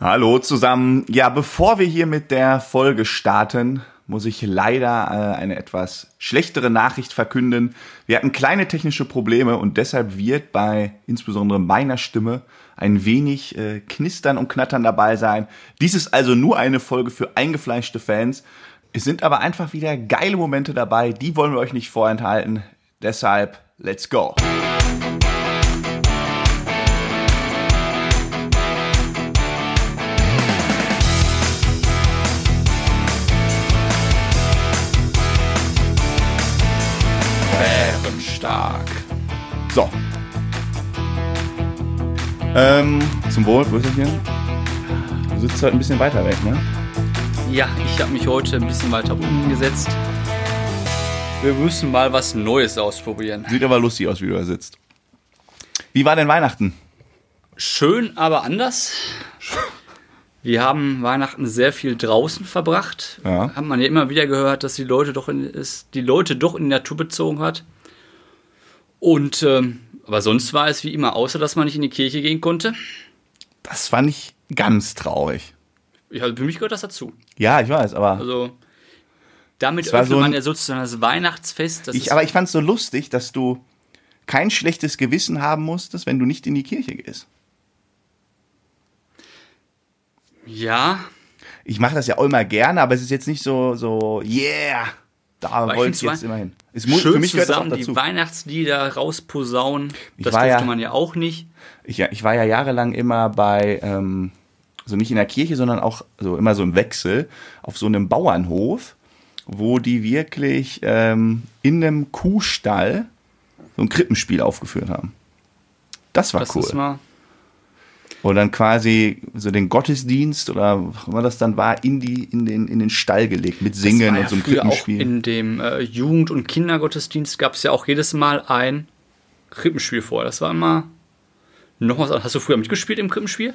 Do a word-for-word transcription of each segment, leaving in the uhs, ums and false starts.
Hallo zusammen. Ja, bevor wir hier mit der Folge starten, muss ich leider äh, eine etwas schlechtere Nachricht verkünden. Wir hatten kleine technische Probleme und deshalb wird bei insbesondere meiner Stimme ein wenig äh, Knistern und Knattern dabei sein. Dies ist also nur eine Folge für eingefleischte Fans. Es sind aber einfach wieder geile Momente dabei, die wollen wir euch nicht vorenthalten. Deshalb, let's go! Stark. So. Ähm, zum Wohl, wo ist das hier? Du sitzt heute ein bisschen weiter weg, ne? Ja, ich habe mich heute ein bisschen weiter unten gesetzt. Wir müssen mal was Neues ausprobieren. Sieht aber lustig aus, wie du da sitzt. Wie war denn Weihnachten? Schön, aber anders. Wir haben Weihnachten sehr viel draußen verbracht. Ja. Hat man ja immer wieder gehört, dass die Leute doch in, es die Leute doch in die Natur bezogen hat. Und, ähm, aber sonst war es wie immer, außer dass man nicht in die Kirche gehen konnte. Das fand ich ganz traurig. Ja, für mich gehört das dazu. Ja, ich weiß, aber... Also, damit war öffnet so ein, man ja sozusagen das Weihnachtsfest. Das ich, aber ich fand es so lustig, dass du kein schlechtes Gewissen haben musstest, wenn du nicht in die Kirche gehst. Ja. Ich mache das ja auch immer gerne, aber es ist jetzt nicht so, so yeah, da Aber wollte ich ich jetzt war- immer hin. Es muss, Schön für mich gehört das auch zusammen die dazu. Weihnachtslieder rausposaunen. Ich Das war durfte ja- man ja auch nicht. Ich, ja- ich war ja jahrelang immer bei, ähm, also nicht in der Kirche, sondern auch so immer so im Wechsel, auf so einem Bauernhof, wo die wirklich ähm, in einem Kuhstall so ein Krippenspiel aufgeführt haben. Das war Das cool. ist mal Und dann quasi so den Gottesdienst oder was immer das dann war, in, die, in, den, in den Stall gelegt mit Singen Das war und ja so einem früher auch Krippenspiel. in dem äh, Jugend- und Kindergottesdienst gab es ja auch jedes Mal ein Krippenspiel vorher. Das war immer noch was anderes. Hast du früher mitgespielt im Krippenspiel?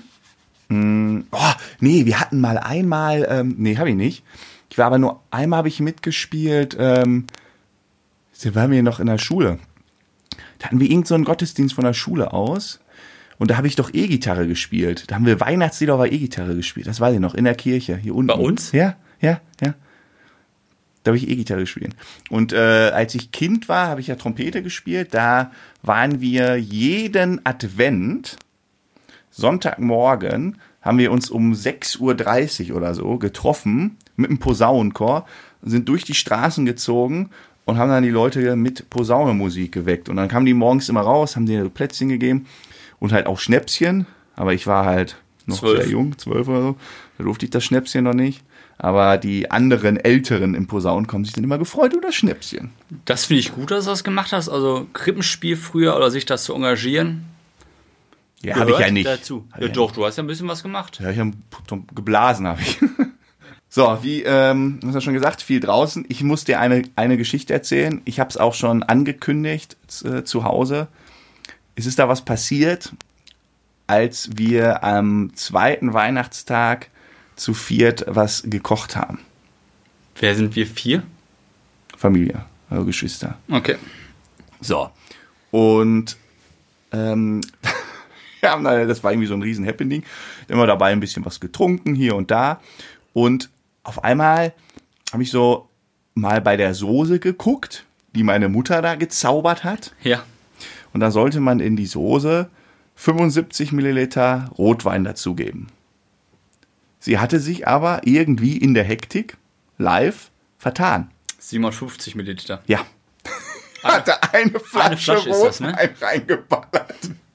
Oh, nee, wir hatten mal einmal, ähm, nee, habe ich nicht. Ich war aber nur, einmal habe ich mitgespielt, ähm, da waren wir noch in der Schule. Da hatten wir irgend so einen Gottesdienst von der Schule aus und da habe ich doch E-Gitarre gespielt. Da haben wir Weihnachtslieder auf E-Gitarre gespielt, das weiß ich noch, in der Kirche, hier unten. Bei uns? Ja, ja, ja. Da habe ich E-Gitarre gespielt. Und äh, als ich Kind war, habe ich ja Trompete gespielt. Da waren wir jeden Advent, Sonntagmorgen, haben wir uns um sechs Uhr dreißig oder so getroffen mit einem Posaunenchor, sind durch die Straßen gezogen und haben dann die Leute mit Posaunenmusik geweckt. Und dann kamen die morgens immer raus, haben denen Plätzchen gegeben und halt auch Schnäpschen. Aber ich war halt noch Zwölf. sehr jung, zwölf oder so. Da durfte ich das Schnäpschen noch nicht. Aber die anderen Älteren im Posaunenchor haben sich dann immer gefreut über das Schnäpschen. Das finde ich gut, dass du das gemacht hast. Also Krippenspiel früher oder sich das zu engagieren. Ja, habe ich ja gehört nicht. Dazu. Hab Ja, ich doch, du hast ja ein bisschen was gemacht. Ja, ich habe geblasen, habe ich. So, wie, ähm, hast du schon gesagt, viel draußen. Ich muss dir eine, eine Geschichte erzählen. Ich habe es auch schon angekündigt äh, zu Hause. Es ist da was passiert, als wir am zweiten Weihnachtstag zu viert was gekocht haben. Wer sind wir? Vier? Familie, also Geschwister. Okay. So. Und ähm, wir haben da, das war irgendwie so ein riesen Happening. Immer dabei ein bisschen was getrunken, hier und da. Und auf einmal habe ich so mal bei der Soße geguckt, die meine Mutter da gezaubert hat. Ja. Und da sollte man in die Soße fünfundsiebzig Milliliter Rotwein dazugeben. Sie hatte sich aber irgendwie in der Hektik live vertan. siebenhundertfünfzig Milliliter. Ja. Hatte eine Flasche, Eine Flasche ist das, ne? Rotwein reingeballert.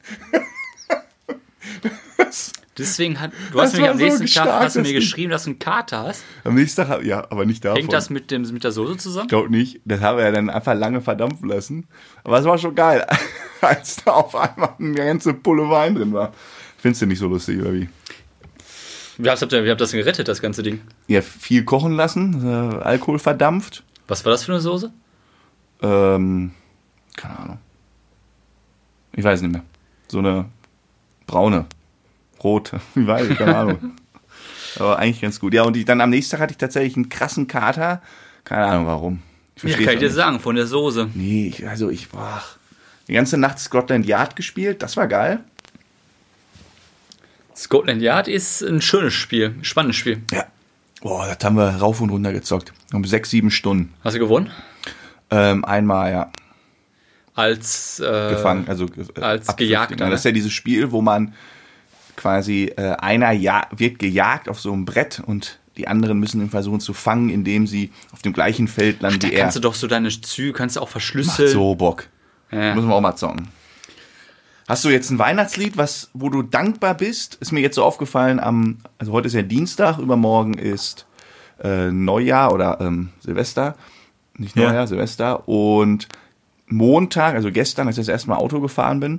Deswegen hat, du Das hast mir war am so nächsten Tag stark, hast du das mir Ding. geschrieben, dass du einen Kater hast. Am nächsten Tag, ja, aber nicht davon. Hängt das mit, dem, mit der Soße zusammen? Ich glaube nicht. Das haben wir ja dann einfach lange verdampfen lassen. Aber es war schon geil, als da auf einmal eine ganze Pulle Wein drin war. Findest du nicht so lustig, oder wie? Wie habt ihr wie habt ihr das denn gerettet, das ganze Ding? Ja, viel kochen lassen, äh, Alkohol verdampft. Was war das für eine Soße? Ähm, keine Ahnung. Ich weiß nicht mehr. So eine braune, rote, ich weiß nicht, keine Ahnung. Aber eigentlich ganz gut. Ja, und ich, dann am nächsten Tag hatte ich tatsächlich einen krassen Kater. Keine Ahnung warum. Ich Ja, verstehe kann es ich dir auch nicht. sagen, von der Soße. Nee, ich, also ich war die ganze Nacht Scotland Yard gespielt. Das war geil. Scotland Yard ist ein schönes Spiel, ein spannendes Spiel. Ja. Boah, das haben wir rauf und runter gezockt. Um sechs, sieben Stunden. Hast du gewonnen? Ähm, einmal, ja. Als, äh, Gefangen, also als ab Gejagter. fünfzehn. Das ist ja dieses Spiel, wo man quasi äh, einer ja, wird gejagt auf so einem Brett und die anderen müssen ihn versuchen zu fangen, indem sie auf dem gleichen Feld landen Ach, da wie er. kannst du doch so deine Züge, kannst du auch Macht verschlüsseln. so Bock. Ja. Müssen wir auch mal zocken. Hast du jetzt ein Weihnachtslied, was, wo du dankbar bist? Ist mir jetzt so aufgefallen, am, also heute ist ja Dienstag, übermorgen ist äh, Neujahr oder ähm, Silvester. Nicht Neujahr, Ja. Silvester. Und Montag, also gestern, als ich das erste Mal Auto gefahren bin,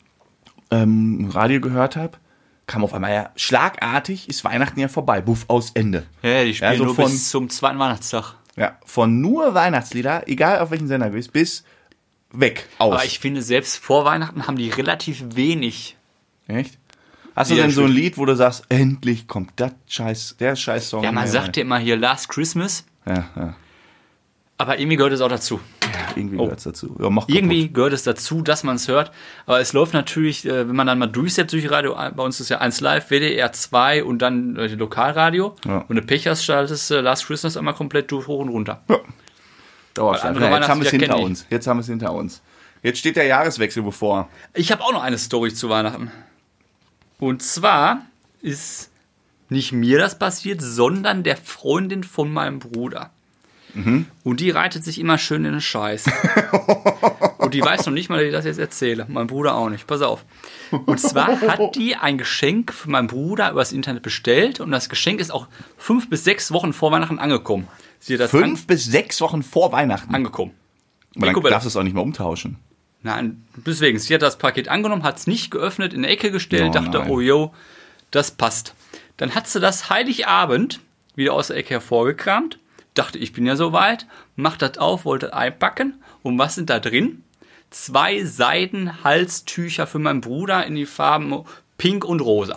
ähm, Radio gehört habe, kam auf einmal ja schlagartig, ist Weihnachten ja vorbei. Buff, aus, Ende. Ja, die spielen Ja, so nur von- bis zum zweiten Weihnachtstag. Ja, von nur Weihnachtslieder, egal auf welchen Sender du bist, bis weg, aus. Aber ich finde, selbst vor Weihnachten haben die relativ wenig. Echt? Hast du Ja, denn so ein stimmt. Lied, wo du sagst, endlich kommt das Scheiß, der Scheiß-Song? Ja, man mehr sagt ja immer hier Last Christmas, rein? Ja, ja. aber irgendwie gehört es auch dazu. Irgendwie Oh. gehört's dazu. Ja, mach Irgendwie kaputt. gehört es dazu, dass man es hört. Aber es läuft natürlich, äh, wenn man dann mal durchsetzt durch Radio, bei uns ist ja eins Live, W D R zwei und dann äh, Lokalradio. Ja. Und eine Pech hast, schaltest äh, Last Christmas einmal komplett durch, hoch und runter. Dauerschleife. andere Ja, jetzt haben wir es Weihnachtslieder hinter kenn ich. uns. Jetzt haben wir es hinter uns. Jetzt steht der Jahreswechsel bevor. Ich habe auch noch eine Story zu Weihnachten. Und zwar ist nicht mir das passiert, sondern der Freundin von meinem Bruder. Mhm. Und die reitet sich immer schön in den Scheiß. Und die weiß noch nicht mal, dass ich das jetzt erzähle. Mein Bruder auch nicht. Pass auf. Und zwar hat die ein Geschenk für meinen Bruder übers Internet bestellt. Und das Geschenk ist auch fünf bis sechs Wochen vor Weihnachten angekommen. Sie hat das Fünf bis sechs Wochen vor Weihnachten. an, angekommen. Aber dann Nico Bella. darfst du es auch nicht mehr umtauschen. Nein, deswegen. Sie hat das Paket angenommen, hat es nicht geöffnet, in der Ecke gestellt, Oh dachte, nein. oh yo, das passt. Dann hat sie das Heiligabend wieder aus der Ecke hervorgekramt, dachte, ich bin ja soweit, macht das auf, wollte einpacken. Und was sind da drin? Zwei Seidenhalstücher für meinen Bruder in die Farben Pink und Rosa.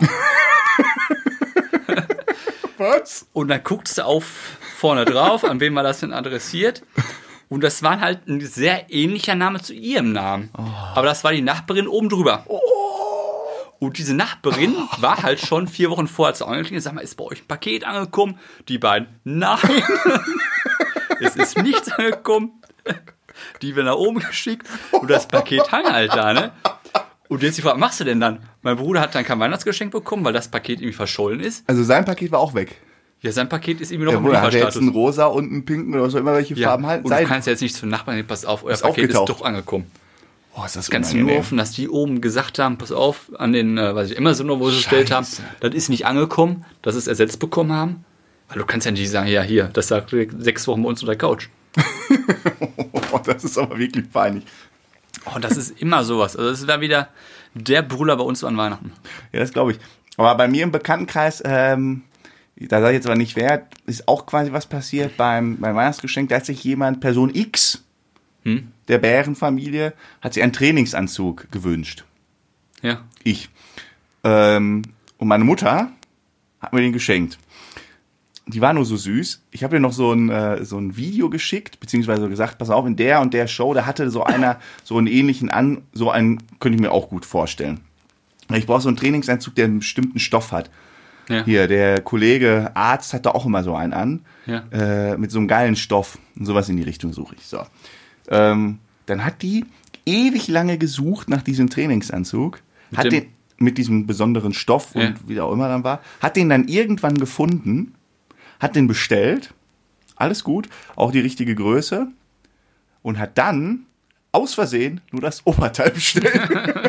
Was? Und dann guckst du auf vorne drauf, an wen man das denn adressiert. Und das war halt ein sehr ähnlicher Name zu ihrem Namen. Aber das war die Nachbarin oben drüber. Und diese Nachbarin war halt schon vier Wochen vorher zu angeklingelt. Sag mal, ist bei euch ein Paket angekommen? Die beiden, nein. Es ist nichts angekommen. Die werden nach oben geschickt. Und das Paket hang halt da, ne? Und jetzt die Frage, was machst du denn dann? Mein Bruder hat dann kein Weihnachtsgeschenk bekommen, weil das Paket irgendwie verschollen ist. Also sein Paket war auch weg. Ja, sein Paket ist irgendwie noch Der im Bruder hat jetzt Lieferstatus. einen rosa und einen pinken oder was auch immer, welche Ja, Farben halt und sein. du kannst ja jetzt nicht zum Nachbarn gehen, pass auf, euer Ist Paket aufgetaucht. ist doch angekommen. Oh, ist das Kannst du nur unangenehm. hoffen, dass die oben gesagt haben, pass auf, an den, äh, weiß ich, Amazon, wo sie bestellt haben, Scheiße. das ist nicht angekommen, dass sie es ersetzt bekommen haben. Weil du kannst ja nicht sagen, ja, hier, das sagt sechs Wochen bei uns unter der Couch. Oh, das ist aber wirklich peinlich. Oh, das ist immer sowas. Also das ist da wieder der Brüller bei uns an Weihnachten. Ja, das glaube ich. Aber bei mir im Bekanntenkreis, ähm, da sage ich jetzt aber nicht wer, ist auch quasi was passiert beim, beim Weihnachtsgeschenk. Da hat sich jemand, Person X, Hm? der Bärenfamilie, hat sich einen Trainingsanzug gewünscht. Ja. Ich. Ähm, und meine Mutter hat mir den geschenkt. Die war nur so süß. Ich habe ihr noch so ein, äh, so ein Video geschickt, beziehungsweise gesagt, pass auf, in der und der Show, da hatte so einer so einen ähnlichen an, so einen könnte ich mir auch gut vorstellen. Ich brauche so einen Trainingsanzug, der einen bestimmten Stoff hat. Ja. Hier, der Kollege Arzt hat da auch immer so einen an, Ja. äh, mit so einem geilen Stoff. Und sowas in die Richtung suche ich. So. Ähm, dann hat die ewig lange gesucht nach diesem Trainingsanzug, Mit hat dem- den mit diesem besonderen Stoff und Ja. wie auch immer dann war, hat den dann irgendwann gefunden, hat den bestellt, alles gut, auch die richtige Größe und hat dann aus Versehen nur das Oberteil bestellt.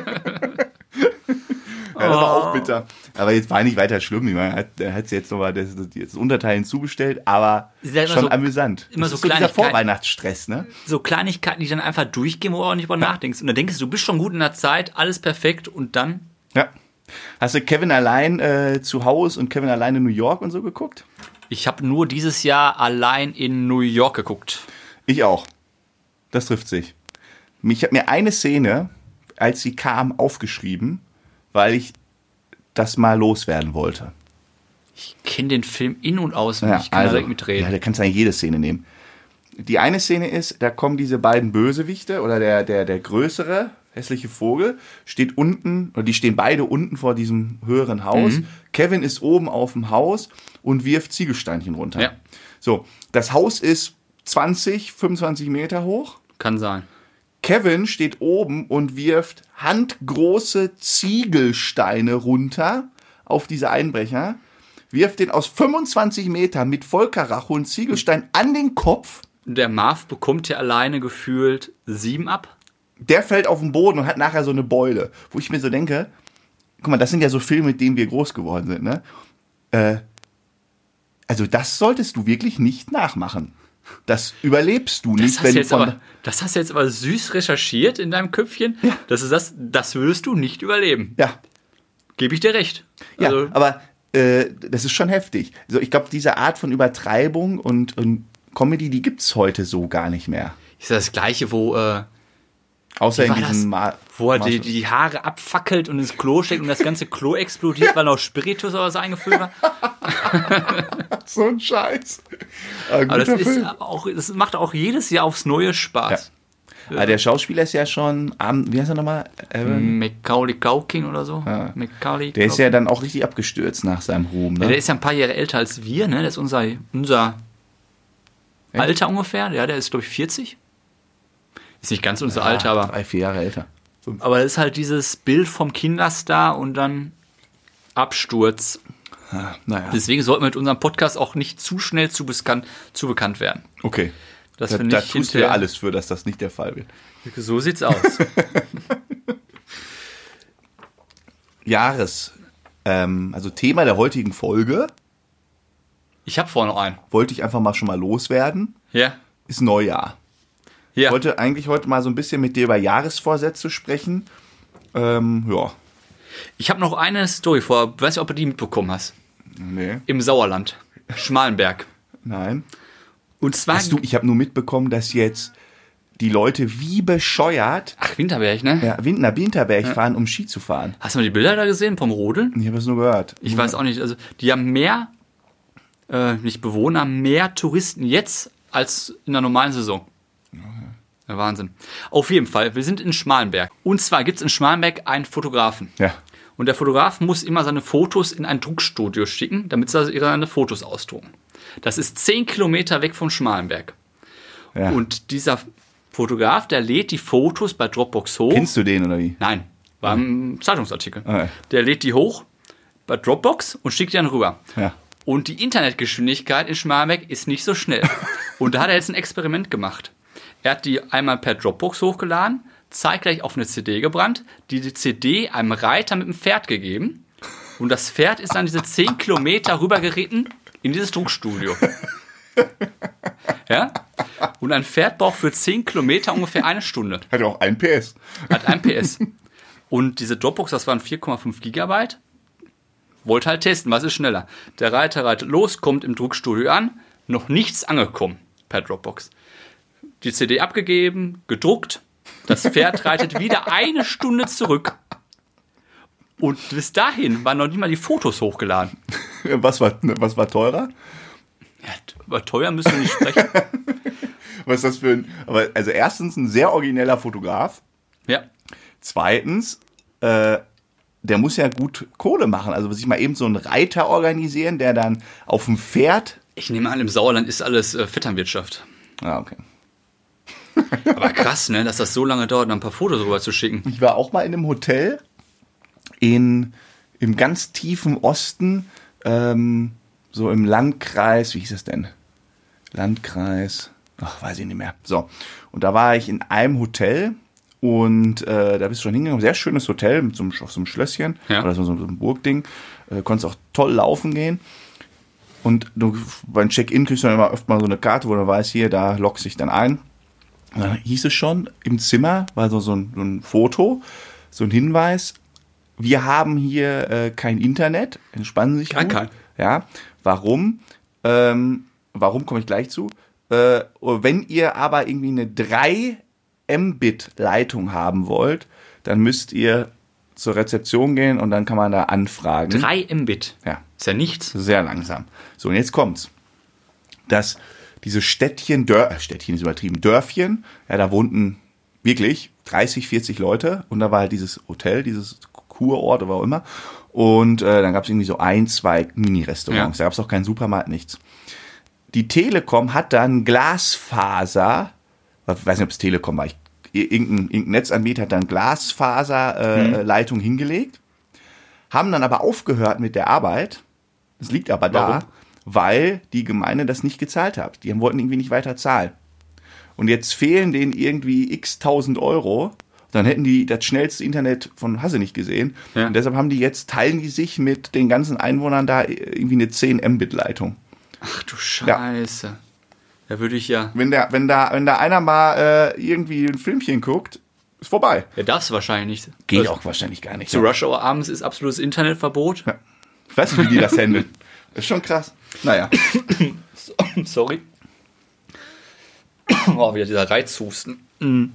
Ja, das war auch bitter. Aber jetzt war nicht weiter schlimm. Ich meine, er hat, er hat jetzt nochmal das, das, das Unterteil hinzubestellt, aber Ist ja immer schon so- amüsant. immer das so ist so dieser Kleinigkeiten. Vorweihnachtsstress, ne? So Kleinigkeiten, die dann einfach durchgehen, wo du auch nicht über nachdenkst. Und dann denkst du, du bist schon gut in der Zeit, alles perfekt und dann... Ja. Hast du Kevin allein äh, zu Hause und Kevin allein in New York und so geguckt? Ich habe nur dieses Jahr allein in New York geguckt. Ich auch. Das trifft sich. Ich habe mir eine Szene, als sie kam, aufgeschrieben, weil ich das mal loswerden wollte. Ich kenne den Film in- und auswendig. Ich kann also, direkt mitreden. ja, da kannst du eigentlich jede Szene nehmen. Die eine Szene ist, da kommen diese beiden Bösewichte oder der, der, der größere hässliche Vogel, steht unten, oder die stehen beide unten vor diesem höheren Haus. Mhm. Kevin ist oben auf dem Haus und wirft Ziegelsteinchen runter. Ja. So, das Haus ist zwanzig, fünfundzwanzig Meter hoch. Kann sein. Kevin steht oben und wirft handgroße Ziegelsteine runter auf diese Einbrecher, wirft den aus fünfundzwanzig Metern mit Vollkaracho und Ziegelstein an den Kopf. Der Marv bekommt ja alleine gefühlt sieben ab. Der fällt auf den Boden und hat nachher so eine Beule, wo ich mir so denke, guck mal, das sind ja so Filme, mit denen wir groß geworden sind, ne? Äh, also das solltest du wirklich nicht nachmachen. Das überlebst du nicht, das wenn du von... Aber, das hast du jetzt aber süß recherchiert in deinem Köpfchen. Ja. Das ist das, das würdest du nicht überleben. Ja. Gebe ich dir recht. Also, ja, aber äh, das ist schon heftig. Also ich glaube, diese Art von Übertreibung und, und Comedy, die gibt's heute so gar nicht mehr. Ist das Gleiche, wo... Äh, Außer in diesem Ma- Wo er die, die Haare abfackelt und ins Klo steckt und das ganze Klo explodiert, weil noch Spiritus oder was eingefüllt war. So ein Scheiß. Ein aber das, ist aber auch, das macht auch jedes Jahr aufs Neue Spaß. Ja. Ja. Der Schauspieler ist ja schon, wie heißt er nochmal? Evan? Macaulay Culkin oder so. Ja. Macaulay der ist ja dann auch richtig abgestürzt nach seinem Ruhm. Ne? Ja, der ist ja ein paar Jahre älter als wir, ne? Der ist unser, unser Alter ungefähr. Ja, der ist, glaube ich, vierzig. Ist nicht ganz unser ja, Alter, aber... Drei, vier Jahre älter. Fünf. Aber das ist halt dieses Bild vom Kinderstar und dann Absturz. Ah, naja. Deswegen sollten wir mit unserem Podcast auch nicht zu schnell zu, beskan- zu bekannt werden. Okay. Das da da tust du ja alles für, dass das nicht der Fall wird. So sieht's aus. Jahres... Ähm, also Thema der heutigen Folge. Ich habe vorhin noch einen. Wollte ich einfach mal schon mal loswerden. Ja. Ist Neujahr. Ja. Ich wollte eigentlich heute mal so ein bisschen mit dir über Jahresvorsätze sprechen. Ähm, ja. Ich habe noch eine Story vor. Ich weiß nicht, ob du die mitbekommen hast. Nee. Im Sauerland. Schmalenberg. Nein. Und zwar... Hast du, ich habe nur mitbekommen, dass jetzt die Leute wie bescheuert... Ach, Winterberg, ne? Ja, nach Winterberg ja. fahren, um Ski zu fahren. Hast du mal die Bilder da gesehen vom Rodeln? Ich habe es nur gehört. Ich weiß auch nicht. Also, die haben mehr, äh, nicht Bewohner, mehr Touristen jetzt als in der normalen Saison. Ja, Wahnsinn. Auf jeden Fall, wir sind in Schmalenberg. Und zwar gibt es in Schmalenberg einen Fotografen. Ja. Und der Fotograf muss immer seine Fotos in ein Druckstudio schicken, damit sie seine Fotos ausdrucken. Das ist zehn Kilometer weg von Schmalenberg. Ja. Und dieser Fotograf, der lädt die Fotos bei Dropbox hoch. Kennst du den oder wie? Nein, war ein Zeitungsartikel. Okay. Der lädt die hoch bei Dropbox und schickt die dann rüber. Ja. Und die Internetgeschwindigkeit in Schmalenberg ist nicht so schnell. Und da hat er jetzt ein Experiment gemacht. Er hat die einmal per Dropbox hochgeladen, zeitgleich auf eine C D gebrannt, die C D einem Reiter mit einem Pferd gegeben und das Pferd ist dann diese zehn Kilometer rübergeritten in dieses Druckstudio. Ja? Und ein Pferd braucht für zehn Kilometer ungefähr eine Stunde. Hat auch ein P S. Hat ein P S. Und diese Dropbox, das waren vier Komma fünf Gigabyte. Wollte halt testen, was ist schneller. Der Reiter reitet los, kommt im Druckstudio an, noch nichts angekommen per Dropbox. Die C D abgegeben, gedruckt, das Pferd reitet wieder eine Stunde zurück. Und bis dahin waren noch nicht mal die Fotos hochgeladen. Was war, was war teurer? Ja, über teuer müssen wir nicht sprechen. Was ist das für ein... Aber also erstens ein sehr origineller Fotograf. Ja. Zweitens, äh, der muss ja gut Kohle machen. Also sich mal eben so einen Reiter organisieren, der dann auf dem Pferd... Ich nehme an, im Sauerland ist alles äh, Vetternwirtschaft. Ah, okay. Aber krass, ne, dass das so lange dauert, ein paar Fotos rüber zu schicken. Ich war auch mal in einem Hotel in, im ganz tiefen Osten, ähm, so im Landkreis, wie hieß das denn? Landkreis, ach, weiß ich nicht mehr. So, und da war ich in einem Hotel und äh, da bist du schon hingegangen, sehr schönes Hotel mit so einem, auf so einem Schlösschen, ja. Oder so, so einem Burgding, äh, konntest auch toll laufen gehen. Und du, beim Check-in kriegst du dann immer öfter mal so eine Karte, wo du weißt, hier, da loggst du dich dann ein. Und dann hieß es schon, im Zimmer war so, so, ein, so ein Foto, so ein Hinweis, wir haben hier äh, kein Internet, entspannen Sie sich Gar gut. kein. Ja, warum? Ähm, warum komme ich gleich zu? Äh, wenn ihr aber irgendwie eine drei Mbit Leitung haben wollt, dann müsst ihr zur Rezeption gehen und dann kann man da anfragen. drei Mbit? Ja. Ist ja nichts. Sehr langsam. So, und jetzt kommt's. Das... Diese Städtchen, Dör, Städtchen ist übertrieben, Dörfchen, ja, da wohnt ein wirklich dreißig, vierzig Leute und da war halt dieses Hotel, dieses Kurort oder was auch immer und äh, dann gab es irgendwie so ein, zwei Mini-Restaurants, ja. Da gab es auch keinen Supermarkt, nichts. Die Telekom hat dann Glasfaser, ich weiß nicht, ob es Telekom war, ich, irgendein, irgendein Netzanbieter hat dann Glasfaserleitung äh, hm. hingelegt, haben dann aber aufgehört mit der Arbeit, das liegt aber Warum? da, weil die Gemeinde das nicht gezahlt hat. Die wollten irgendwie nicht weiter zahlen. Und jetzt fehlen denen irgendwie x tausend Euro. Dann hätten die das schnellste Internet von Hasse nicht gesehen. Ja. Und deshalb haben die jetzt, teilen die sich mit den ganzen Einwohnern da irgendwie eine zehn Mbit Leitung. Ach du Scheiße. Ja. Da würde ich ja... Wenn, der, wenn, da, wenn da einer mal äh, irgendwie ein Filmchen guckt, ist vorbei. Ja, darfst du wahrscheinlich nicht. Geht also, auch wahrscheinlich gar nicht. Zu ja. Rush Hour abends ist absolutes Internetverbot. Ja. Ich weiß nicht, wie die das handeln. Das ist schon krass. Naja. Sorry. Oh, wieder dieser Reizhusten. Mhm.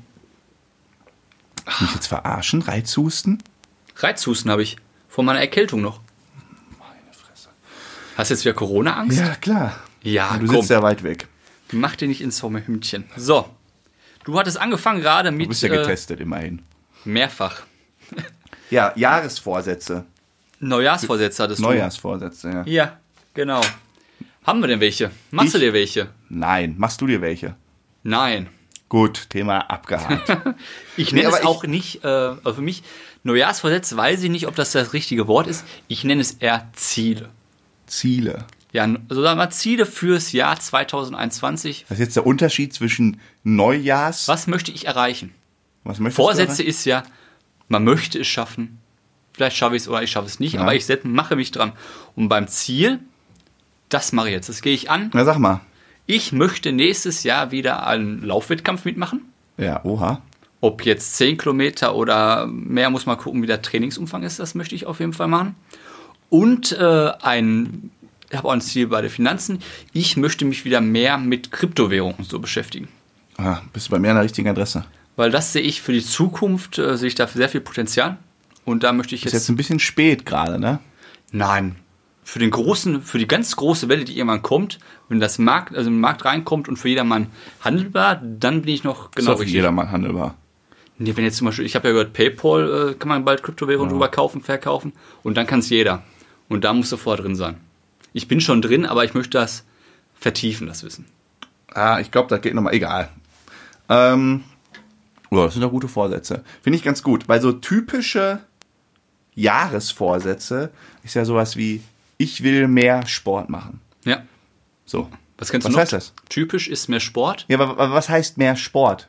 Ach, mich jetzt verarschen? Reizhusten? Reizhusten habe ich. Vor meiner Erkältung noch. Meine Fresse. Hast du jetzt wieder Corona-Angst? Ja, klar. Ja, ja, du komm. sitzt ja weit weg. Mach dir nicht ins Sommerhündchen. So. Du hattest angefangen gerade mit... Du bist ja getestet, äh, immerhin. Mehrfach. Ja, Jahresvorsätze. Neujahrsvorsätze hattest du. Neujahrsvorsätze, ja. Ja, genau. Haben wir denn welche? Machst ich? du dir welche? Nein. Machst du dir welche? Nein. Gut, Thema abgehakt. Ich nenne nee, es auch ich nicht, äh, also für mich, Neujahrsvorsätze, weiß ich nicht, ob das das richtige Wort ist. Ich nenne es eher Ziele. Ziele? Ja, also sagen wir mal Ziele fürs Jahr zwanzig einundzwanzig. Was ist jetzt der Unterschied zwischen Neujahrs... Was möchte ich erreichen? Was möchtest Vorsätze du ist ja, man möchte es schaffen. Vielleicht schaffe ich es oder ich schaffe es nicht, ja. aber ich setze, mache mich dran. Und beim Ziel, das mache ich jetzt, das gehe ich an. Na, sag mal. Ich möchte nächstes Jahr wieder einen Laufwettkampf mitmachen. Ja, oha. Ob jetzt zehn Kilometer oder mehr, muss man gucken, wie der Trainingsumfang ist. Das möchte ich auf jeden Fall machen. Und äh, ein, ich habe auch ein Ziel bei den Finanzen. Ich möchte mich wieder mehr mit Kryptowährungen so beschäftigen. Ah, bist du bei mir an der richtigen Adresse. Weil das sehe ich für die Zukunft, äh, sehe ich da sehr viel Potenzial. Und da möchte ich jetzt... Ist jetzt ein bisschen spät gerade, ne? Nein. Für den großen, für die ganz große Welle, die irgendwann kommt, wenn das Markt, also im Markt reinkommt und für jedermann handelbar, dann bin ich noch genau richtig. Ist für jedermann handelbar. Nee, wenn jetzt zum Beispiel, ich habe ja gehört, PayPal äh, kann man bald Kryptowährungen ja. drüber kaufen, verkaufen und dann kann es jeder. Und da muss sofort drin sein. Ich bin schon drin, aber ich möchte das vertiefen, das Wissen. Ah, ich glaube, das geht nochmal, egal. Ähm, oh, das sind doch gute Vorsätze. Finde ich ganz gut, weil so typische Jahresvorsätze ist ja sowas wie, ich will mehr Sport machen. Ja. So. Was kennst was du noch? heißt das? Typisch ist mehr Sport. Ja, aber, aber was heißt mehr Sport?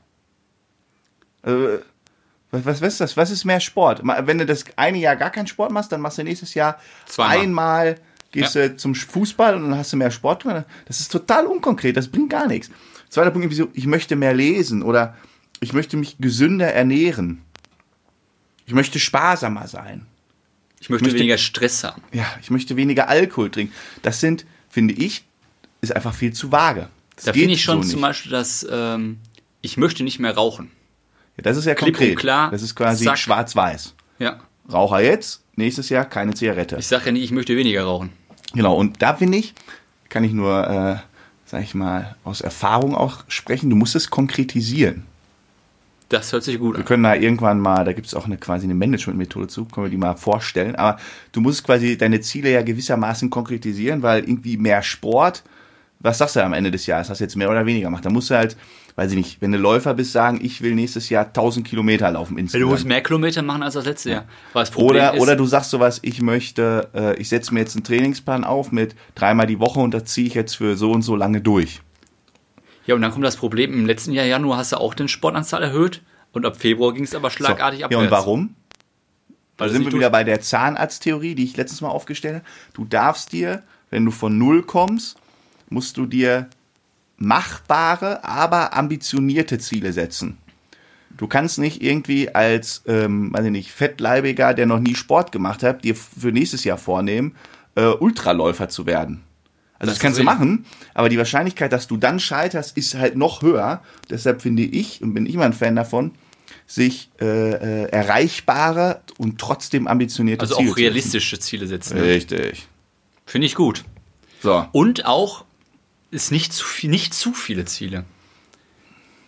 Äh, was, was, was ist das? Was ist mehr Sport? Wenn du das eine Jahr gar keinen Sport machst, dann machst du nächstes Jahr Zweimal. einmal, gehst ja. du zum Fußball und dann hast du mehr Sport drin. Das ist total unkonkret, das bringt gar nichts. Zweiter Punkt, so, ich möchte mehr lesen oder ich möchte mich gesünder ernähren. Ich möchte sparsamer sein. Ich möchte, möchte weniger Stress haben. Ja, ich möchte weniger Alkohol trinken. Das sind, finde ich, ist einfach viel zu vage. Das da finde ich schon so zum Beispiel, dass ähm, ich möchte nicht mehr rauchen. Ja, das ist ja Klipp konkret. Und klar, das ist quasi zack. schwarz-weiß. Ja. Raucher jetzt, nächstes Jahr keine Zigarette. Ich sage ja nicht, ich möchte weniger rauchen. Genau, und da finde ich, kann ich nur, äh, sag ich mal, aus Erfahrung auch sprechen, du musst es konkretisieren. Das hört sich gut an. Wir können da irgendwann mal, da gibt es auch eine quasi eine Management-Methode zu, können wir die mal vorstellen. Aber du musst quasi deine Ziele ja gewissermaßen konkretisieren, weil irgendwie mehr Sport, was sagst du am Ende des Jahres? Hast du jetzt mehr oder weniger gemacht? Da musst du halt, weiß ich nicht, wenn du Läufer bist, sagen, ich will nächstes Jahr tausend Kilometer laufen insgesamt. Du musst mehr Kilometer machen als das letzte Jahr. Aber das Problem oder, ist, oder du sagst sowas, ich möchte, äh, ich setze mir jetzt einen Trainingsplan auf mit dreimal die Woche und das ziehe ich jetzt für so und so lange durch. Ja, und dann kommt das Problem, im letzten Jahr Januar hast du auch den Sportanzahl erhöht und ab Februar ging es aber schlagartig so, abwärts. Ja, und warum? Weil da sind wir wieder bei der Zahnarzttheorie, die ich letztes Mal aufgestellt habe. Du darfst dir, wenn du von Null kommst, musst du dir machbare, aber ambitionierte Ziele setzen. Du kannst nicht irgendwie als, ähm, weiß ich nicht, Fettleibiger, der noch nie Sport gemacht hat, dir für nächstes Jahr vornehmen, äh, Ultraläufer zu werden. Also das, das kannst du machen, aber die Wahrscheinlichkeit, dass du dann scheiterst, ist halt noch höher. Deshalb finde ich, und bin ich immer ein Fan davon, sich äh, äh, erreichbare und trotzdem ambitionierte also Ziele auch realistische Ziele setzen. Ne? Richtig. Finde ich gut. So. Und auch ist nicht zu, viel, nicht zu viele Ziele.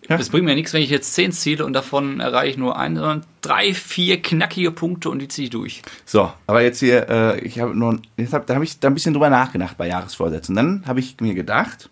Ja. Das bringt mir nichts, wenn ich jetzt zehn ziele und davon erreiche ich nur einen, sondern drei, vier knackige Punkte und die ziehe ich durch. So, aber jetzt hier, äh, ich habe nur, jetzt hab, da habe ich da ein bisschen drüber nachgedacht bei Jahresvorsätzen. Dann habe ich mir gedacht,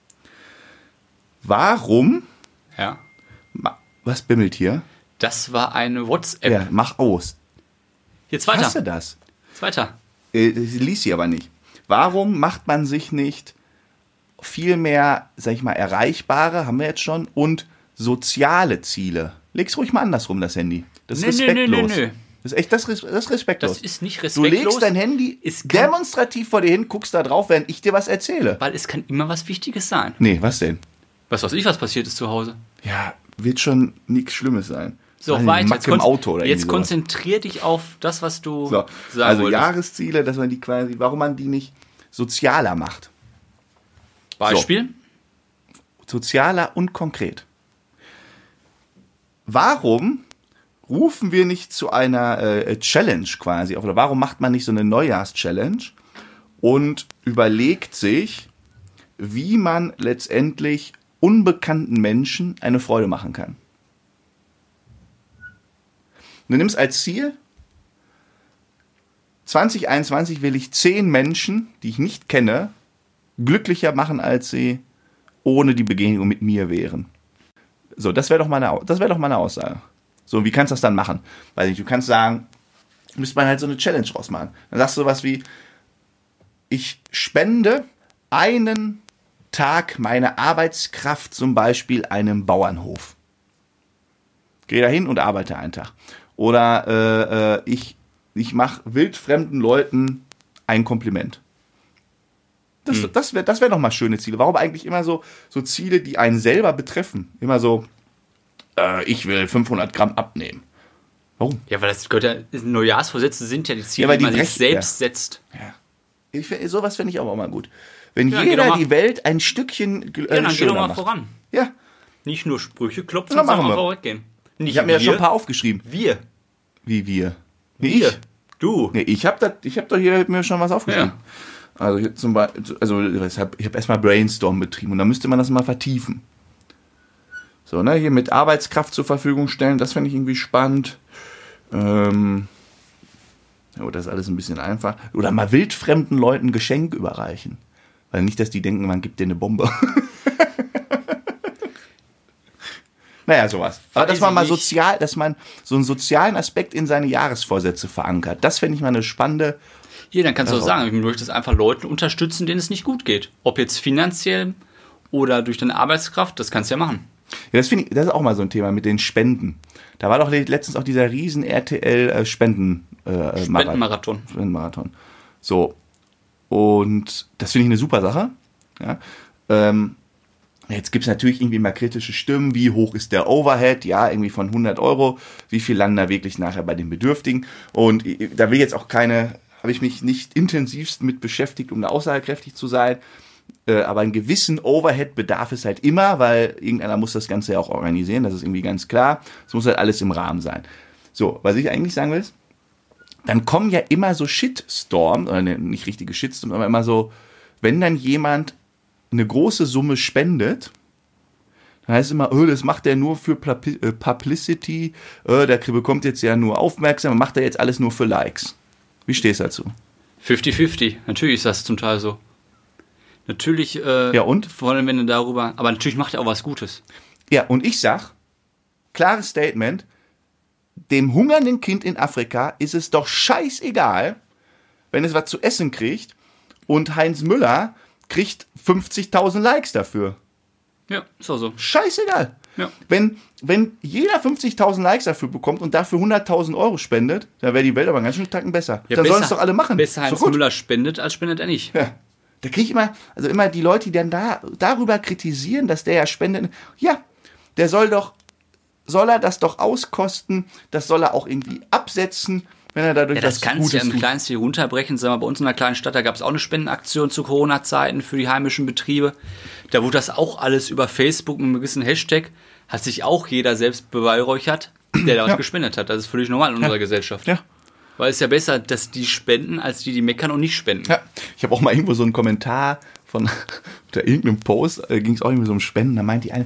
warum, Ja. was bimmelt hier? Das war eine WhatsApp. Ja, mach aus. Jetzt Ich weiter. hasse das. Jetzt weiter. Äh, ich lies sie aber nicht. Warum macht man sich nicht viel mehr, sag ich mal, erreichbare, haben wir jetzt schon, und soziale Ziele? Leg's ruhig mal andersrum, das Handy. Das ist Nö, nö, nö, respektlos. nö, nö. Das ist echt, das, das ist respektlos. Das ist nicht Du respektlos. legst dein Handy Es kann- demonstrativ vor dir hin, guckst da drauf, während ich dir was erzähle. Weil es kann immer was Wichtiges sein. Nee, was denn? Was weiß ich, was passiert ist zu Hause. Ja, wird schon nichts Schlimmes sein. So, Eine weiter. Macke Jetzt, im kon- Auto oder jetzt irgendwie sowas. konzentrier dich auf das, was du So, sagen also wolltest. Jahresziele, dass man die quasi, warum man die nicht sozialer macht. Beispiel? Sozialer und konkret. Warum rufen wir nicht zu einer äh, Challenge quasi auf, oder warum macht man nicht so eine Neujahrs-Challenge und überlegt sich, wie man letztendlich unbekannten Menschen eine Freude machen kann? Du nimmst als Ziel, zwanzig einundzwanzig will ich zehn Menschen, die ich nicht kenne, glücklicher machen, als sie ohne die Begegnung mit mir wären. So, das wäre doch mal eine, das wäre doch mal eine Aussage. So, wie kannst du das dann machen? Weiß nicht, du kannst sagen, müsste man halt so eine Challenge rausmachen. Dann sagst du sowas wie, ich spende einen Tag meine Arbeitskraft zum Beispiel einem Bauernhof. Geh da hin und arbeite einen Tag. Oder äh, äh, ich, ich mache wildfremden Leuten ein Kompliment. Das, Hm. das wäre das wär doch mal schöne Ziele. Warum eigentlich immer so, so Ziele, die einen selber betreffen? Immer so, äh, ich will fünfhundert Gramm abnehmen. Warum? Ja, weil das gehört ja, Neujahrsvorsätze sind ja die Ziele, Ja, weil die die man sich brechen- selbst ja. setzt. Ja. Ich, find- sowas finde ich aber auch mal gut. Wenn Ja, geh jeder doch mal- die Welt ein Stückchen gl- äh, Ja, dann geh schöner doch mal macht. voran. Ja, Nicht nur Sprüche klopfen, Na, machen sondern wir. auch vorweggehen. Nicht ich habe mir ja wir, schon ein paar aufgeschrieben. Wir. Wie wir? Nee, Wir. ich. Du. Nee, ich habe hab doch hier mir schon was aufgeschrieben. Ja. Also hier zum Beispiel, also ich habe ich hab erstmal Brainstorm betrieben und dann müsste man das mal vertiefen. So, ne, hier mit Arbeitskraft zur Verfügung stellen, das fände ich irgendwie spannend. Ähm, ja, das ist alles ein bisschen einfach. Oder mal wildfremden Leuten ein Geschenk überreichen. Weil nicht, dass die denken, man gibt dir eine Bombe. Naja, sowas. Aber dass Weiß man mal ich nicht. sozial, dass man so einen sozialen Aspekt in seine Jahresvorsätze verankert. Das fände ich mal eine spannende. Hier, dann kannst du auch Also- sagen, ich möchte einfach Leuten unterstützen, denen es nicht gut geht. Ob jetzt finanziell oder durch deine Arbeitskraft, das kannst du ja machen. Ja, das finde ich, das ist auch mal so ein Thema mit den Spenden. Da war doch letztens auch dieser riesen R T L äh, Spenden äh, Spendenmarathon. Spendenmarathon. So. Und das finde ich eine super Sache. Ja. Ähm, jetzt gibt es natürlich irgendwie mal kritische Stimmen. Wie hoch ist der Overhead? Ja, irgendwie von hundert Euro. Wie viel landen da wirklich nachher bei den Bedürftigen? Und ich- da will jetzt auch keine, habe ich mich nicht intensivst mit beschäftigt, um da aussagekräftig zu sein. Äh, aber einen gewissen Overhead bedarf es halt immer, weil irgendeiner muss das Ganze ja auch organisieren. Das ist irgendwie ganz klar. Es muss halt alles im Rahmen sein. So, was ich eigentlich sagen will, ist, dann kommen ja immer so Shitstorms, oder ne, nicht richtige Shitstorms, aber immer so, wenn dann jemand eine große Summe spendet, dann heißt es immer, oh, das macht er nur für Pla- äh, Publicity, äh, der bekommt jetzt ja nur Aufmerksamkeit, macht er jetzt alles nur für Likes. Wie stehst du dazu? fünfzig fünfzig. Natürlich ist das zum Teil so. Natürlich, äh, Ja, und? vor allem wenn du darüber, aber natürlich macht er auch was Gutes. Ja, und ich sag, klares Statement, dem hungernden Kind in Afrika ist es doch scheißegal, wenn es was zu essen kriegt und Heinz Müller kriegt fünfzigtausend Likes dafür. Ja, ist auch so. Scheißegal. Ja. Wenn, wenn jeder fünfzigtausend Likes dafür bekommt und dafür hunderttausend Euro spendet, dann wäre die Welt aber einen ganz schön Tacken besser. Ja, dann besser- sollen es doch alle machen. Besser Ist Heinz doch gut. Müller spendet, als spendet er nicht. Ja. Da kriege ich immer, also immer die Leute, die dann da, darüber kritisieren, dass der ja spendet. Ja, der soll doch, soll er das doch auskosten, das soll er auch irgendwie absetzen, wenn er dadurch Ja, das was kannst du Gutes ja im tut. Kleinsten runterbrechen. Sagen wir, bei uns in einer kleinen Stadt, da gab es auch eine Spendenaktion zu Corona-Zeiten für die heimischen Betriebe. Da wurde das auch alles über Facebook mit einem gewissen Hashtag, hat sich auch jeder selbst beweihräuchert, der da was Ja. gespendet hat. Das ist völlig normal in unserer Gesellschaft. Ja. Weil es ist ja besser, dass die spenden, als die, die meckern und nicht spenden. Ja, ich habe auch mal irgendwo so einen Kommentar von unter irgendeinem Post, äh, ging es auch irgendwie so um Spenden, da meint die eine,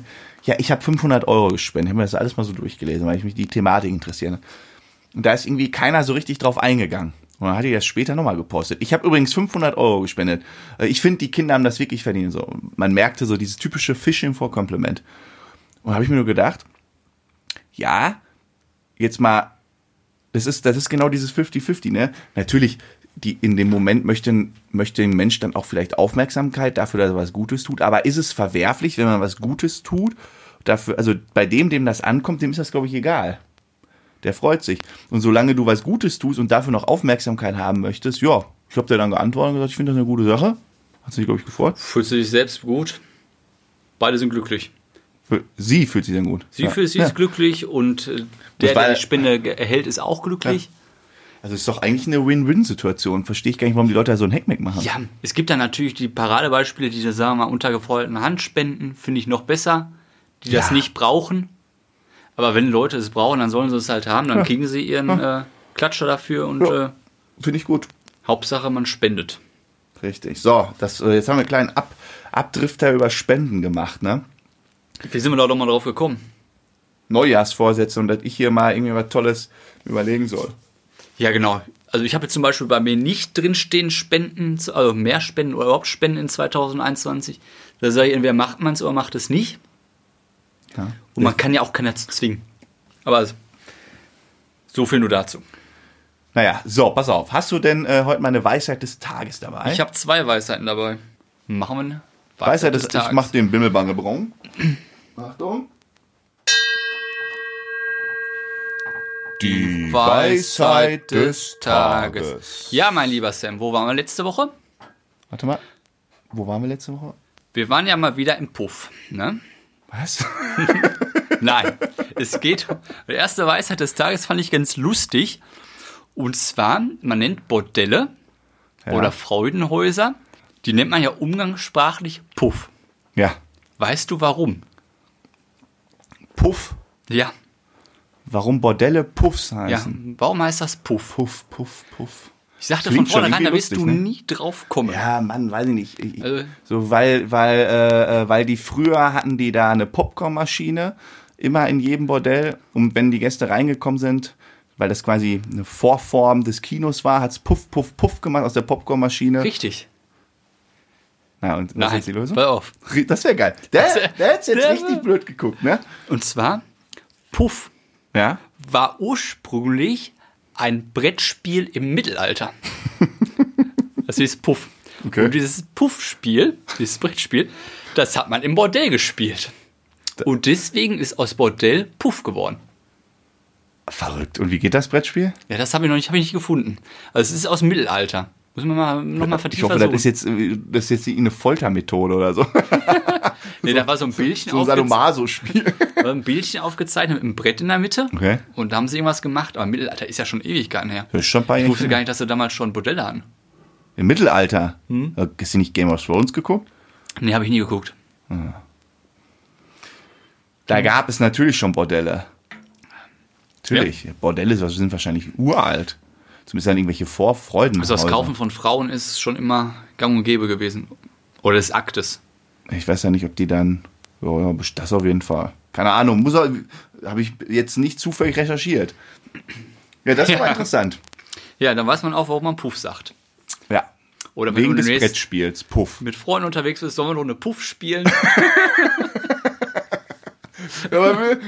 Ja, ich habe fünfhundert Euro gespendet. Ich habe mir das alles mal so durchgelesen, weil ich mich die Thematik interessiere. Und da ist irgendwie keiner so richtig drauf eingegangen. Und dann hatte ich das später nochmal gepostet. Ich habe übrigens fünfhundert Euro gespendet. Ich finde, die Kinder haben das wirklich verdient. So, man merkte so dieses typische Fishing for Compliment. Und da habe ich mir nur gedacht, ja, jetzt mal, das ist, das ist genau dieses fünfzig fünfzig, ne? Natürlich, die, in dem Moment möchte, möchte ein Mensch dann auch vielleicht Aufmerksamkeit dafür, dass er was Gutes tut. Aber ist es verwerflich, wenn man was Gutes tut? Dafür, also bei dem, dem das ankommt, dem ist das, glaube ich, egal. Der freut sich. Und solange du was Gutes tust und dafür noch Aufmerksamkeit haben möchtest, ja, ich habe dir dann geantwortet und gesagt, ich finde das eine gute Sache. Hat sich, glaube ich, gefreut. Fühlst du dich selbst gut? Beide sind glücklich. Sie fühlt sich dann gut. Sie ja. fühlt sich ja. glücklich und der, der die Spende erhält, ist auch glücklich. Ja. Also ist doch eigentlich eine Win-Win-Situation. Verstehe ich gar nicht, warum die Leute da so ein Heckmeck machen. Ja, es gibt dann natürlich die Paradebeispiele, die, sagen wir mal, unter gefeuerten Hand spenden, finde ich noch besser, die das ja. nicht brauchen. Aber wenn Leute es brauchen, dann sollen sie es halt haben, dann ja. kriegen sie ihren ja. äh, Klatscher dafür und ja. äh, finde ich gut. Hauptsache, man spendet. Richtig. So, das, äh, jetzt haben wir einen kleinen Ab- Abdrifter über Spenden gemacht, ne? Wie sind wir da doch mal drauf gekommen? Neujahrsvorsätze und dass ich hier mal irgendwie was Tolles überlegen soll. Ja, genau. Also ich habe jetzt zum Beispiel bei mir nicht drinstehen Spenden, also mehr Spenden oder überhaupt Spenden in zwanzig einundzwanzig. Da sage ich, entweder macht man es oder macht es nicht. Ja. Und man kann ja auch keiner zu zwingen. Aber also, so viel nur dazu. Naja, so, pass auf. Hast du denn äh, heute mal eine Weisheit des Tages dabei? Ich habe zwei Weisheiten dabei. Machen wir eine Weisheit, Weisheit des, des Tages. Ich mach den Bimmelbangebrung. Achtung. Die Weisheit des Tages. Ja, mein lieber Sam, wo waren wir letzte Woche? Warte mal, wo waren wir letzte Woche? Wir waren ja mal wieder im Puff, ne? Was? Nein, es geht, die erste Weisheit des Tages fand ich ganz lustig. Und zwar, man nennt Bordelle ja. oder Freudenhäuser, die nennt man ja umgangssprachlich Puff. Ja. Weißt du warum? Puff? Ja. Warum Bordelle Puffs heißen? Ja, warum heißt das Puff? Puff, Puff, Puff. Ich sagte von vornherein, da wirst du ne? nie drauf kommen. Ja, Mann, weiß ich nicht. Ich, also, so, weil, weil, äh, weil die früher hatten die da eine Popcornmaschine, immer in jedem Bordell. Und wenn die Gäste reingekommen sind, weil das quasi eine Vorform des Kinos war, hat es Puff, Puff, Puff gemacht aus der Popcornmaschine. Richtig. Na, und was Nein, ist jetzt die Lösung? Hör auf. Das wäre geil. Der, der hat jetzt richtig blöd geguckt, ne? Und zwar, Puff ja? war ursprünglich ein Brettspiel im Mittelalter. Das hieß Puff. Okay. Und dieses Puff-Spiel, dieses Brettspiel, das hat man im Bordell gespielt. Und deswegen ist aus Bordell Puff geworden. Verrückt. Und wie geht das Brettspiel? Ja, das habe ich noch nicht, hab ich nicht gefunden. Also es ist aus dem Mittelalter. Muss man mal nochmal vertiefen. Ich hoffe, das ist jetzt, das ist jetzt eine Foltermethode oder so. Nee, da war so ein Bildchen so ein Sadomaso-Spiel. Da war ein Bildchen aufgezeichnet mit einem Brett in der Mitte. Okay. Und da haben sie irgendwas gemacht. Aber Mittelalter ist ja schon Ewigkeiten her. Das ist schon ein paar ich wusste Jahre. gar nicht, dass sie damals schon Bordelle hatten. Im Mittelalter? Hm? Hast du nicht Game of Thrones geguckt? Nee, habe ich nie geguckt. Ah. Da gab es natürlich schon Bordelle. Natürlich. Ja. Bordelle sind wahrscheinlich uralt. Zumindest dann irgendwelche Vorfreuden. Also das Kaufen von Frauen ist schon immer gang und gäbe gewesen. Oder des Aktes. Ich weiß ja nicht, ob die dann... Ja, das auf jeden Fall. Keine Ahnung. Muss habe ich jetzt nicht zufällig recherchiert. Ja, das war ja. interessant. Ja, dann weiß man auch, warum man Puff sagt. Ja. Oder wenn wegen du des Brettspiels. Puff. Mit Freunden unterwegs bist, sollen wir noch eine Puff spielen? Ja, aber wir...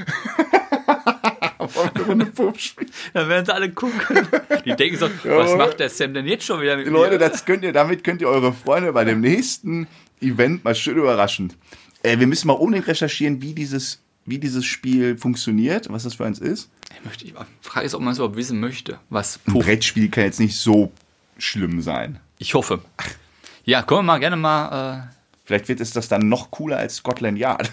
Eine Puff spielen. Dann werden sie alle gucken. Die denken so, ja, was macht der Sam denn jetzt schon wieder mit Leute, mir? das könnt ihr, damit könnt ihr eure Freunde bei dem nächsten Event mal schön überraschen. Äh, wir müssen mal unbedingt recherchieren, wie dieses, wie dieses Spiel funktioniert, was das für eins ist. Ich möchte, die Frage ist, ob man es überhaupt wissen möchte, was Puff. Puff. Ein Brettspiel kann jetzt nicht so schlimm sein. Ich hoffe. Ja, können wir mal gerne mal... Äh Vielleicht wird es das dann noch cooler als Scotland Yard.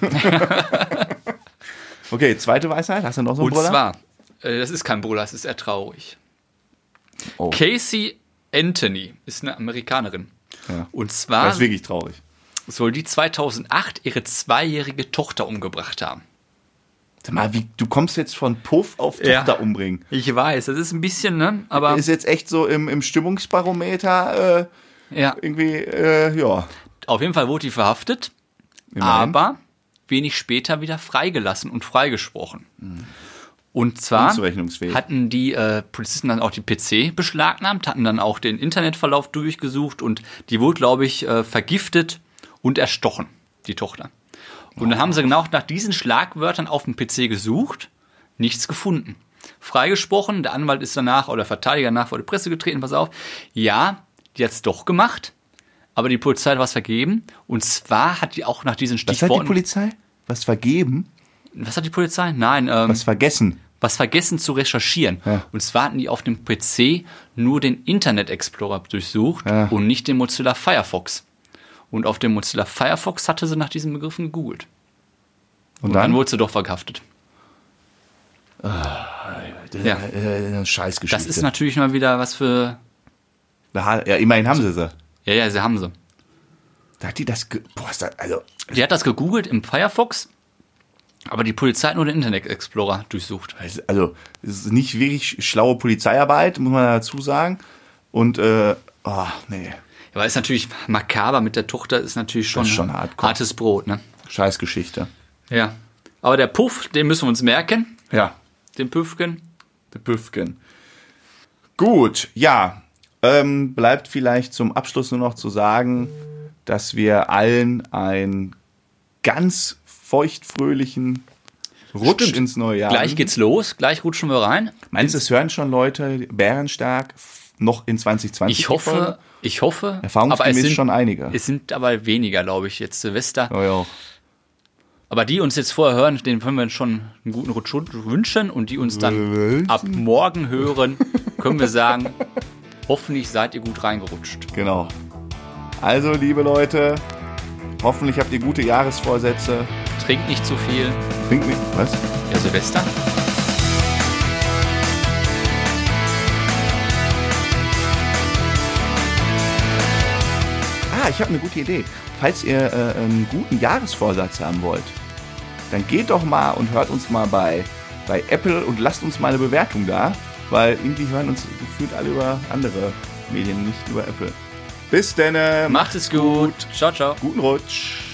Okay, zweite Weisheit. Hast du noch so einen Und Brüller? Und zwar, äh, das ist kein Brüller, das ist eher traurig. Oh. Casey Anthony ist eine Amerikanerin. Ja. Und zwar das ist wirklich traurig. Soll die zweitausendacht ihre zweijährige Tochter umgebracht haben. Sag mal, wie, du kommst jetzt von Puff auf Tochter ja, umbringen. Ich weiß, das ist ein bisschen, ne? Aber ist jetzt echt so im, im Stimmungsbarometer äh, ja. irgendwie, äh, ja. Auf jeden Fall wurde die verhaftet. Immerhin. Aber wenig später wieder freigelassen und freigesprochen. Mhm. Und zwar hatten die äh, Polizisten dann auch die P C beschlagnahmt, hatten dann auch den Internetverlauf durchgesucht und die wurde, glaube ich, äh, vergiftet und erstochen, die Tochter. Und dann haben sie genau nach diesen Schlagwörtern auf dem P C gesucht, nichts gefunden. Freigesprochen, der Anwalt ist danach, oder der Verteidiger danach vor die Presse getreten, pass auf, ja, die hat es doch gemacht, aber die Polizei hat was vergeben. Und zwar hat die auch nach diesen Stichworten... Was hat die Polizei? Was vergeben? Was hat die Polizei? Nein. Ähm, was vergessen? Was vergessen zu recherchieren. Ja. Und zwar hatten die auf dem P C nur den Internet Explorer durchsucht ja. und nicht den Mozilla Firefox. Und auf dem Mozilla Firefox hatte sie nach diesen Begriffen gegoogelt. Und, und dann? dann wurde sie doch verhaftet. Ah, das ja. ist eine Scheißgeschichte. Das ist natürlich mal wieder was für... Ja, immerhin haben sie sie. Ja, ja, sie haben sie. Da hat die das... Ge- Boah, ist das, also... Die hat das gegoogelt im Firefox, aber die Polizei hat nur den Internet Explorer durchsucht. Also, es ist nicht wirklich schlaue Polizeiarbeit, muss man dazu sagen. Und, äh, oh, nee. Aber ist natürlich makaber mit der Tochter, ist natürlich schon, ist schon hartes Brot, ne? Scheißgeschichte. Ja. Aber der Puff, den müssen wir uns merken. Ja. Den Püffgen. Der Püffgen. Gut, ja. Ähm, bleibt vielleicht zum Abschluss nur noch zu sagen, dass wir allen ein ganz feuchtfröhlichen Rutsch Stimmt. ins neue Jahr. Gleich geht's los, gleich rutschen wir rein. Meinst du, es hören schon Leute bärenstark noch in zwanzig zwanzig? Ich hoffe, ich hoffe. Erfahrungsgemäß aber es sind, schon einige. Es sind aber weniger, glaube ich, jetzt Silvester. Oh, ja. Aber die uns jetzt vorher hören, denen können wir schon einen guten Rutsch wünschen und die uns dann ab morgen hören, können wir sagen, hoffentlich seid ihr gut reingerutscht. Genau. Also, liebe Leute, hoffentlich habt ihr gute Jahresvorsätze. Trinkt nicht zu viel. Trinkt nicht, was? Ja, Silvester. Ah, ich habe eine gute Idee. Falls ihr äh, einen guten Jahresvorsatz haben wollt, dann geht doch mal und hört uns mal bei, bei Apple und lasst uns mal eine Bewertung da, weil irgendwie hören uns gefühlt alle über andere Medien, nicht über Apple. Bis denn. Macht es gut. Ciao, ciao. Guten Rutsch.